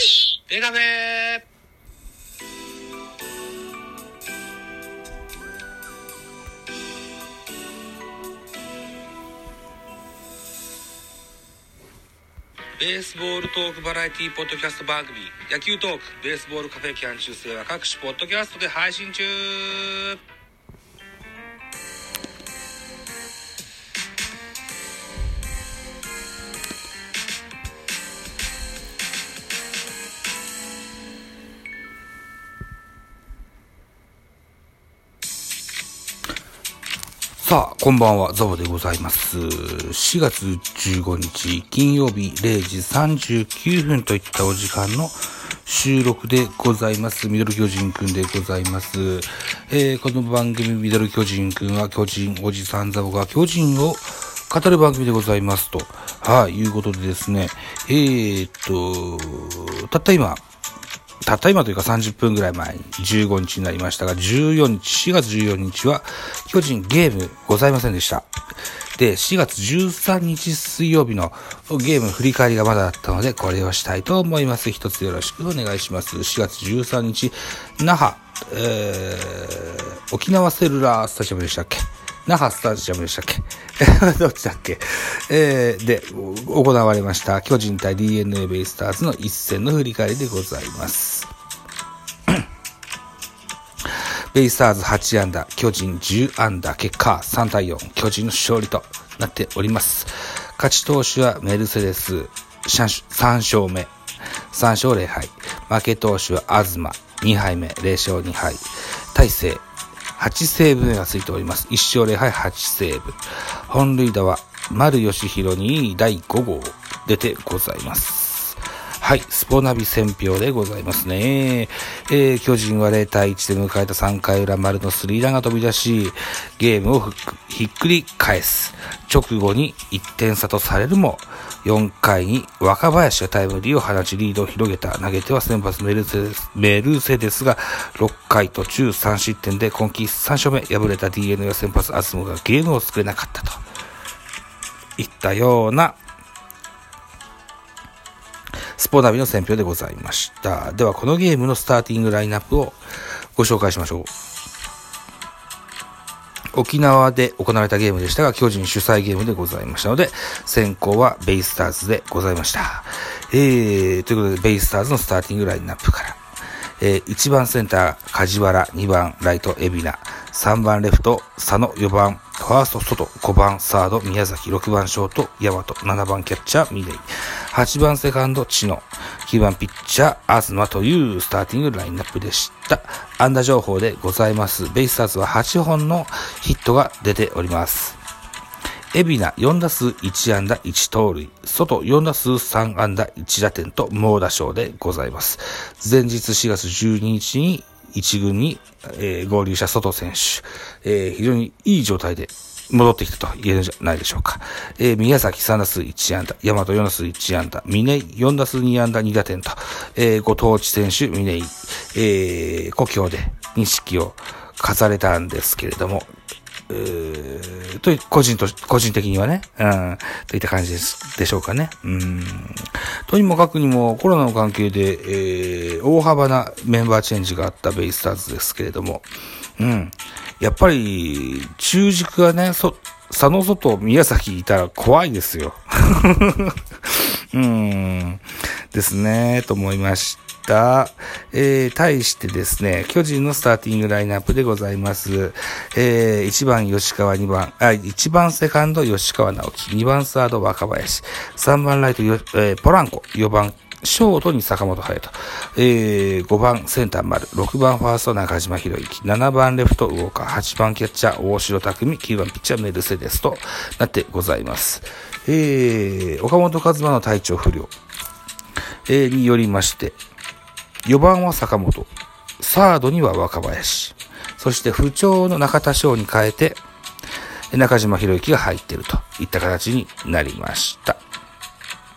ペカフェ。ベースボールトークバラエティポッドキャスト番組野球トークベースボールカフェキャン中世は各種ポッドキャストで配信中。 さあ、こんばんは、ザボでございます。4月15日、金曜日0時39分といったお時間の収録でございます。ミドル巨人くんでございます。この番組、ミドル巨人くんは巨人おじさんザボが巨人を語る番組でございますと。はい、いうことでですね、たった今というか30分ぐらい前に15日になりましたが、4月14日は巨人ゲームございませんでした。で、4月13日水曜日のゲーム振り返りがまだあったので、これをしたいと思います。一つよろしくお願いします。4月13日、那覇、沖縄セルラースタジアムでしたっけ？那覇スタジアムでしたっけどっちだっけで、行われました巨人対 DNA ベイスターズの一戦の振り返りでございます。ベイスターズ8安打、巨人10安打、結果3対4、巨人の勝利となっております。勝ち投手はメルセデス3勝目、3勝0敗。負け投手は東2敗目、0勝2敗。大勢8セーブ目がついております。1勝0敗8セーブ。本塁打は丸義弘に第5号出てございます。はい、スポナビ選票でございますね。巨人は0対1で迎えた3回裏、丸のスリーランが飛び出し、ゲームをひっくり返す。直後に1点差とされるも、4回に若林がタイムリーを放ちリードを広げた。投げては先発メルセデスが6回途中3失点で今季3勝目。敗れた DNA は先発アスモがゲームを作れなかったといったようなスポナビの選評でございました。ではこのゲームのスターティングラインナップをご紹介しましょう。沖縄で行われたゲームでしたが、巨人主催ゲームでございましたので、先行はベイスターズでございました。ということで、ベイスターズのスターティングラインナップから、1番センター、梶原、2番ライト、海老名、3番レフト、佐野、4番、ファースト、外、5番サード、宮崎、6番ショート、大和、7番キャッチャー、峰井、8番セカンド、知野、9番ピッチャー、東というスターティングラインナップでした。安打情報でございます。ベイスターズは8本のヒットが出ております。海老名4打数1安打1盗塁、外4打数3安打1打点と猛打賞でございます。前日4月12日に1軍に、合流した外選手、非常にいい状態で戻ってきたと言えるんじゃないでしょうか。宮崎3打数1安打、大和4打数1安打、峰井4打数2安打2打点と、ご当地選手峰井、故郷で錦を飾れたんですけれども、個人的にはね、といった感じでしょうかね。とにもかくにもコロナの関係で、大幅なメンバーチェンジがあったベイスターズですけれども、やっぱり中軸がね、佐野外宮崎いたら怖いですよ。ですね、と思いました。対してですね、巨人のスターティングラインナップでございます。1番吉川、1番セカンド吉川直樹、2番サード若林、3番ライトポランコ、4番ショートに坂本勇人、5番センター丸、6番ファースト中島博之、7番レフト魚岡、8番キャッチャー大城匠、9番ピッチャーメルセデスとなってございます。岡本和真の体調不良、によりまして、4番は坂本、サードには若林、そして不調の中田翔に変えて中島博之が入っているといった形になりました。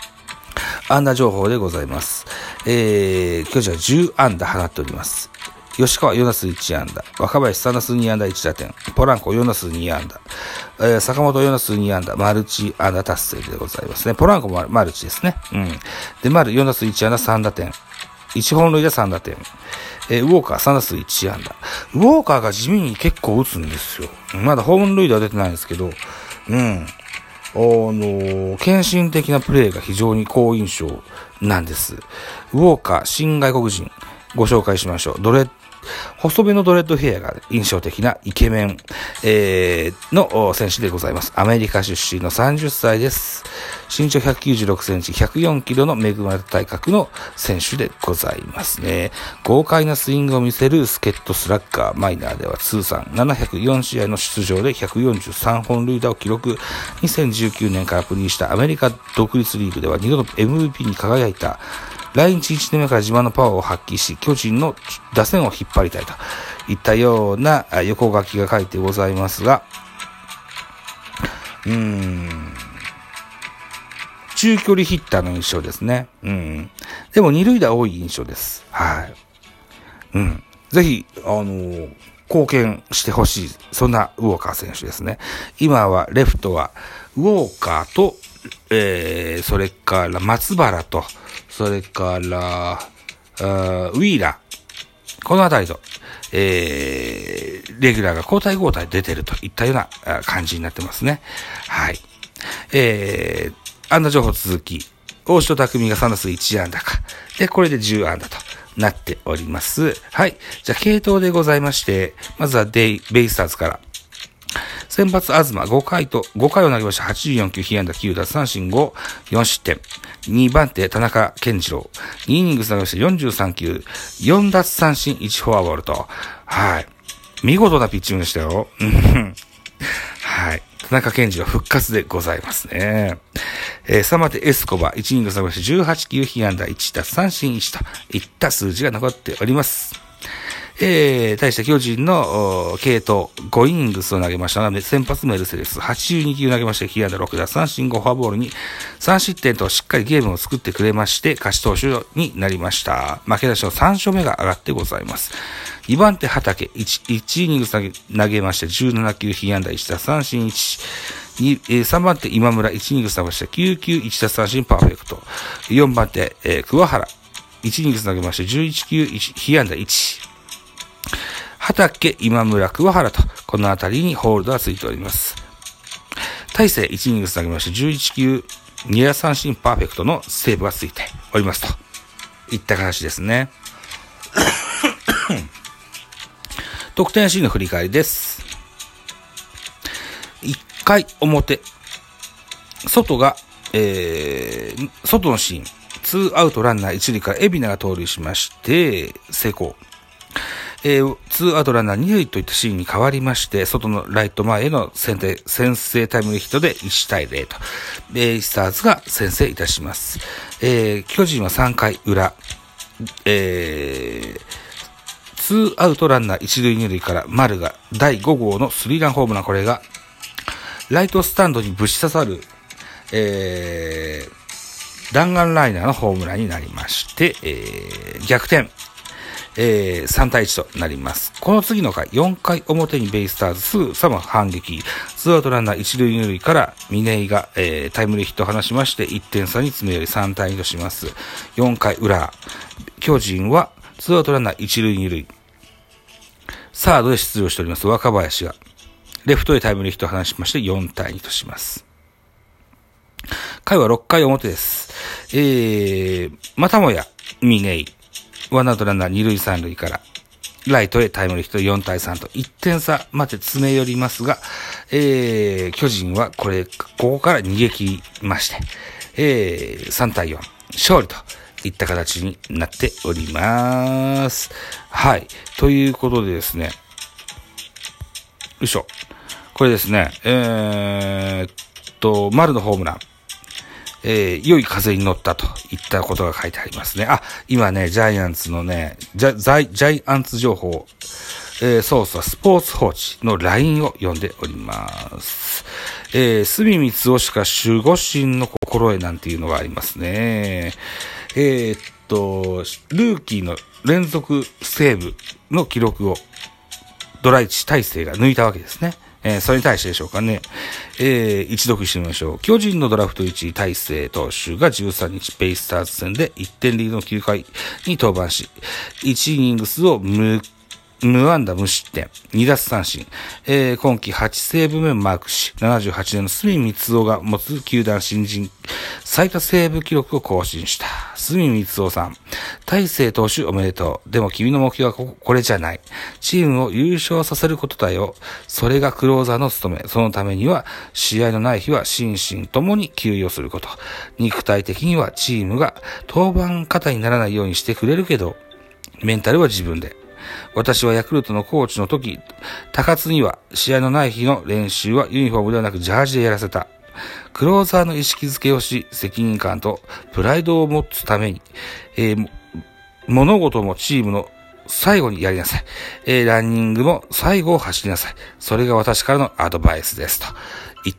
安打情報でございます。巨人は10安打放っております。 吉川4打数1安打、若林3打数2安打1打点、ポランコ4打数2安打、坂本4打数2安打、マルチ安打達成でございますね。ポランコもマルチですね。で、丸4打数1安打3打点、1本塁打3打点、ウォーカー3打数1安打。ウォーカーが地味に結構打つんですよ。まだホーム塁打は出てないんですけど、献身的なプレーが非常に好印象なんです。ウォーカー、新外国人、ご紹介しましょう。細めのドレッドヘアが印象的なイケメン、の選手でございます。アメリカ出身の30歳です。身長196センチ、104キロの恵まれた体格の選手でございますね。豪快なスイングを見せる助っ人スラッガー、マイナーでは通算704試合の出場で143本塁打を記録。2019年からプレーしたアメリカ独立リーグでは2度の MVP に輝いた。来日1年目から自慢のパワーを発揮し、巨人の打線を引っ張りたいといったような横書きが書いてございますが、中距離ヒッターの印象ですね。でも二塁打多い印象です。はい。ぜひ、貢献してほしい。そんなウォーカー選手ですね。今はレフトはウォーカーと、それから松原と、それから、ウィーラー。このあたりと、レギュラーが交代出てるといったような感じになってますね。はい。安打情報続き、大城匠が3打数1安打か。で、これで10安打となっております。はい。じゃあ、系統でございまして、まずはベイスターズから。先発東5回を投げました。84球、被安打9奪三振5、4失点。2番手、田中健次郎。2イニングス投げました。43球、4奪三振1フォアボールと。はい。見事なピッチングでしたよ。はい。田中健次郎復活でございますね。3番手、エスコバ。1イニングス投げました。18球、被安打1奪三振1といった数字が残っております。対して巨人の継投5イニングスを投げましたので、先発メルセデス82球投げまして、被安打6奪三振5フォアボールに3失点としっかりゲームを作ってくれまして、勝ち投手になりました。負け出しの3勝目が上がってございます。2番手畠1イニングス投げまして、17球、被安打1奪三振1。3番手今村1イニングス投げまして、9球1奪三振パーフェクト。4番手、桑原1イニングス投げまして、11球被安打1。畠、今村、桑原と、このあたりにホールドがついております。大勢1イニングス投げまして、11球、2奪三振パーフェクトのセーブがついておりますといった形ですね。得点シーンの振り返りです。1回表、外のシーン、2アウトランナー1塁から海老名が盗塁しまして、成功。2アウトランナー2塁といったシーンに変わりまして、外のライト前への先制タイムリーヒットで1対0と、ベイスターズが先制いたします。巨人は3回裏、2アウトランナー1塁2塁から丸が第5号のスリーランホームラン、これがライトスタンドにぶち刺さる、弾丸ライナーのホームランになりまして、逆転。3対1となります。この次の回、4回表にベイスターズすぐさま反撃。2アウトランナー1塁2塁から峰井が、タイムリーヒットを放しまして1点差に詰め寄り3対2とします。4回裏、巨人は2アウトランナー1塁2塁。サードで出場しております若林がレフトへタイムリーヒットを放しまして4対2とします。回は6回表です。またもや峰井。ワンアウトランナー2塁3塁からライトへタイムリーヒット4対3と1点差まで詰め寄りますが、巨人はここから逃げ切りまして、3対4勝利といった形になっております。はい。ということでですね。よいしょ。これですね。丸のホームラン。良い風に乗ったといったことが書いてありますね。今ね、ジャイアンツのね、ジャイアンツ情報、ソースはスポーツ報知の LINE を読んでおります。隅三つしか守護神の心得なんていうのがありますね。 ルーキーの連続セーブの記録をドラ1大勢が抜いたわけですね。それに対してでしょうかね。一読してみましょう。巨人のドラフト1位大勢投手が13日ベイスターズ戦で1点リードの9回に登板し、1イニングスを無安打無失点、2奪三振、今季8セーブ目をマークし、78年の隅光雄が持つ球団新人最多セーブ記録を更新した。隅光雄さん、大勢投手おめでとう。でも君の目標はこれじゃない。チームを優勝させることだよ。それがクローザーの務め。そのためには、試合のない日は心身ともに休養すること。肉体的にはチームが登板過多にならないようにしてくれるけど、メンタルは自分で。私はヤクルトのコーチの時、高津には試合のない日の練習はユニフォームではなくジャージでやらせた。クローザーの意識づけをし、責任感とプライドを持つために、物事もチームの最後にやりなさい。ランニングも最後を走りなさい。それが私からのアドバイスです。と言った、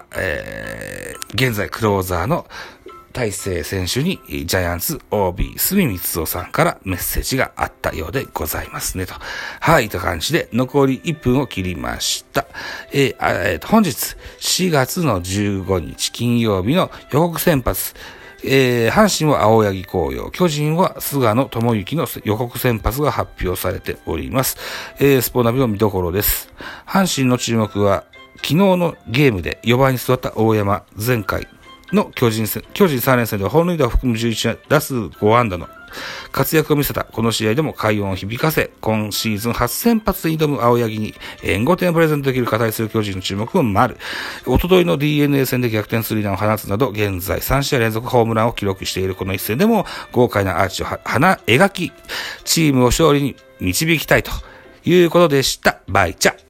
現在クローザーの大勢選手にジャイアンツ OB 隅光雄さんからメッセージがあったようでございますねと。はい、という感じで残り1分を切りました。本日4月の15日金曜日の予告先発。阪神は青柳晃洋、巨人は菅野智之の予告先発が発表されております。スポナビの見どころです。阪神の注目は昨日のゲームで4番に座った大山、前回の巨人3連戦では本塁打を含む11打数5安打の活躍を見せたこの試合でも快音を響かせ、今シーズン初先発で挑む青柳に援護点をプレゼントできる肩いする巨人の注目も丸。一昨日の DNA 戦で逆転スリーランを放つなど、現在3試合連続ホームランを記録しているこの一戦でも豪快なアーチを描き、チームを勝利に導きたいということでした。バイチャ。